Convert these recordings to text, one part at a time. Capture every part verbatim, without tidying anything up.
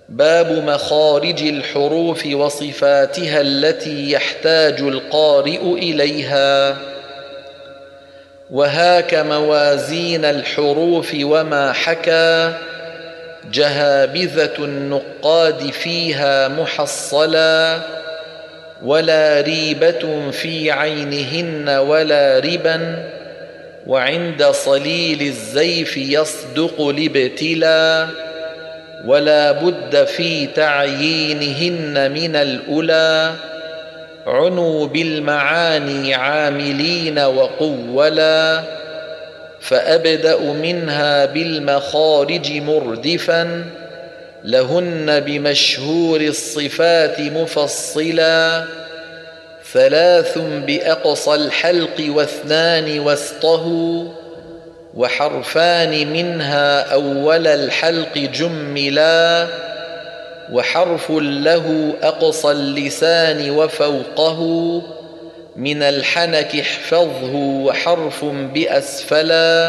باب مخارج الحروف وصفاتها التي يحتاج القارئ إليها. وهاك موازين الحروف وما حكى جهابذة النقاد فيها محصلا، ولا ريبة في عينهن ولا ربا، وعند صليل الزيف يصدق الابتلا، ولا بد في تعيينهن من الأولى، عنوا بالمعاني عاملين وقولا، فأبدأ منها بالمخارج مردفا، لهن بمشهور الصفات مفصلا، ثلاث بأقصى الحلق واثنان وسطه، وحرفان منها أول الحلق جملا، وحرف له أقصى اللسان وفوقه، من الحنك احفظه وحرف بأسفلا،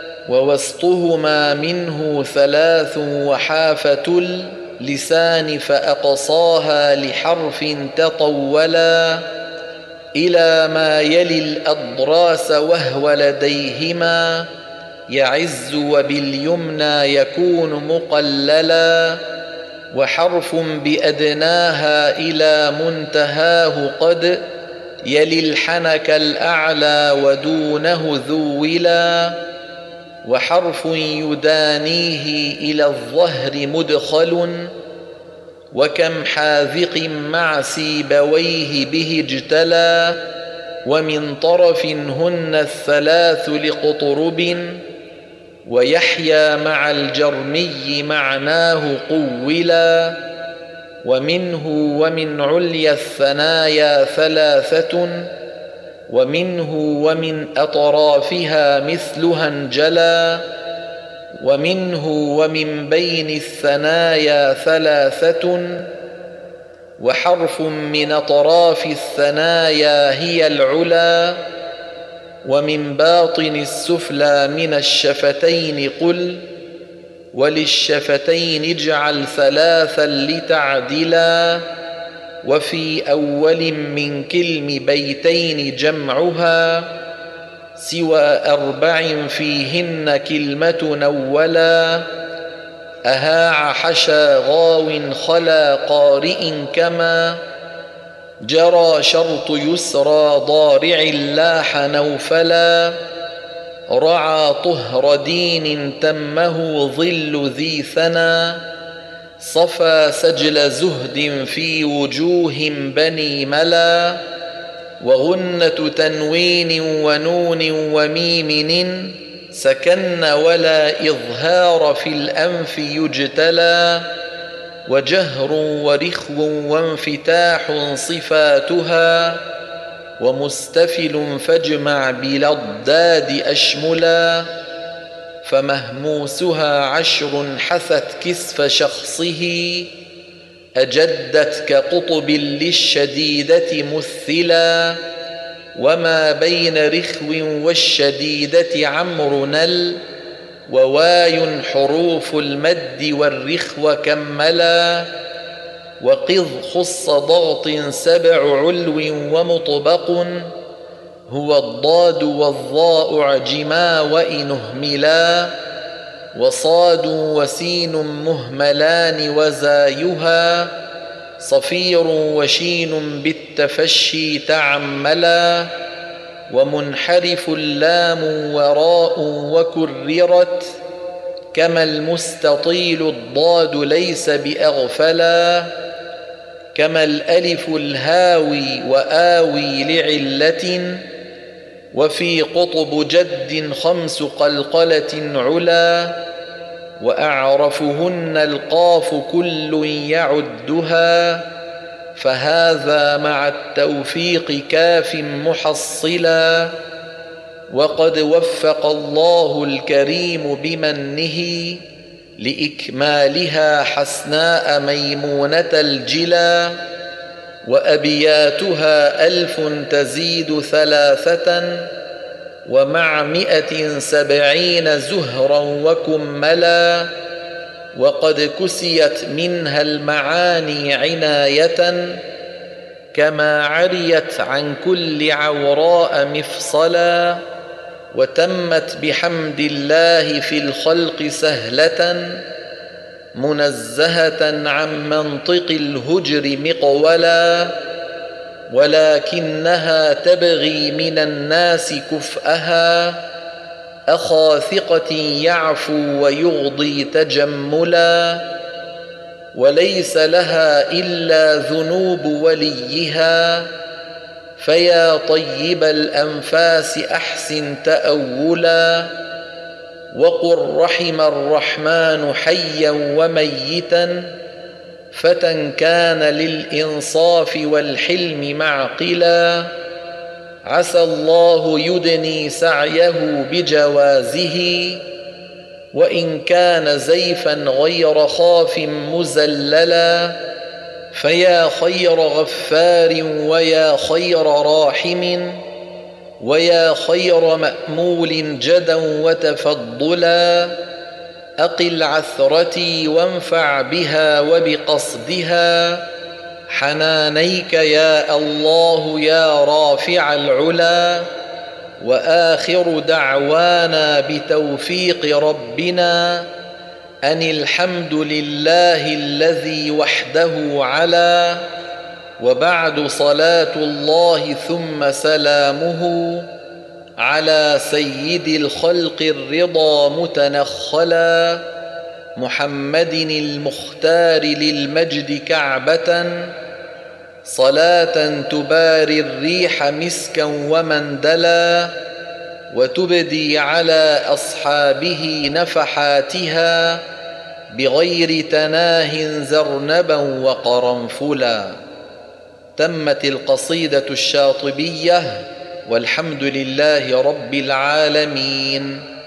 ووسطهما منه ثلاث وحافة اللسان فأقصاها لحرف تطولا، إلى ما يلي الأضراس وهو لديهما يعز وباليمنى يكون مقللا، وحرف بأدناها إلى منتهاه قد يلي الحنك الأعلى ودونه ذولا، وحرف يدانيه إلى الظهر مدخل، وكم حاذق مع سيبويه به اجتلى، ومن طرف هن الثلاث لقطرب، ويحيى مع الجرمي معناه قولا، ومنه ومن عليا الثنايا ثلاثة، ومنه ومن أطرافها مثلها انجلا، ومنه ومن بين الثنايا ثلاثة، وحرف من أطراف الثنايا هي العلا، ومن باطن السفلى من الشفتين قل، وللشفتين اجعل ثلاثا لتعدلا، وفي أول من كلم بيتين جمعها، سوى أربع فيهن كلمة نولا، أهاع حشا غاو خلا قارئ كما جرى شرط يسرى ضارع لاح نوفلا، رعى طهر دين تمه ظل ذي ثنى، صفى سجل زهد في وجوه بني ملا، وغنة تنوين ونون وميم سكن ولا إظهار في الأنف يجتلى، وجهر ورخو وانفتاح صفاتها، ومستفل فاجمع بلا الضاد أشملا، فمهموسها عشر حثت كسف شخصه، أجدت كقطب للشديدة مثلا، وما بين رخو والشديدة عمرو نل، وواي حروف المد والرخو كملا، وقذ خص ضغط سبع علو ومطبق، هو الضاد والضاء عجما وإن اهملا، وصاد وسين مهملان وزايها، صفير وشين بالتفشي تعملا، ومنحرف اللام وراء وكررت، كما المستطيل الضاد ليس بأغفلا، كما الألف الهاوي وآوي لعلة، وفي قطب جد خمس قلقلة علا، وأعرفهن القاف كل يعدها، فهذا مع التوفيق كاف محصلا، وقد وفق الله الكريم بمنه لإكمالها حسناء ميمونة الجلا، وأبياتها ألف تزيد ثلاثة، ومع مئة سبعين زهرا وكملا، وقد كسيت منها المعاني عناية، كما عريت عن كل عوراء مفصلا، وتمت بحمد الله في الخلق سهلة، منزهة عن منطق الهجر مقولا، ولكنها تبغي من الناس كفءها، أخا ثقة يعفو ويغضي تجملا، وليس لها إلا ذنوب وليها، فيا طيب الأنفاس أحسن تأولا، وقل رحم الرحمن حيا وميتا، فتى كان للإنصاف والحلم معقلا، عسى الله يدني سعيه بجوازه، وإن كان زيفا غير خاف مزللا، فيا خير غفار ويا خير راحم، ويا خير مأمول جدا وتفضلا، أقل عثرتي وانفع بها وبقصدها، حنانيك يا الله يا رافع العلا، وآخر دعوانا بتوفيق ربنا أن الحمد لله الذي وحده علا، وبعد صلاة الله ثم سلامه على سيد الخلق الرضا متنخلا، محمد المختار للمجد كعبة، صلاة تباري الريح مسكا ومندلا، وتبدي على أصحابه نفحاتها بغير تناه زرنبا وقرنفلا. تمت القصيدة الشاطبية، والحمد لله رب العالمين.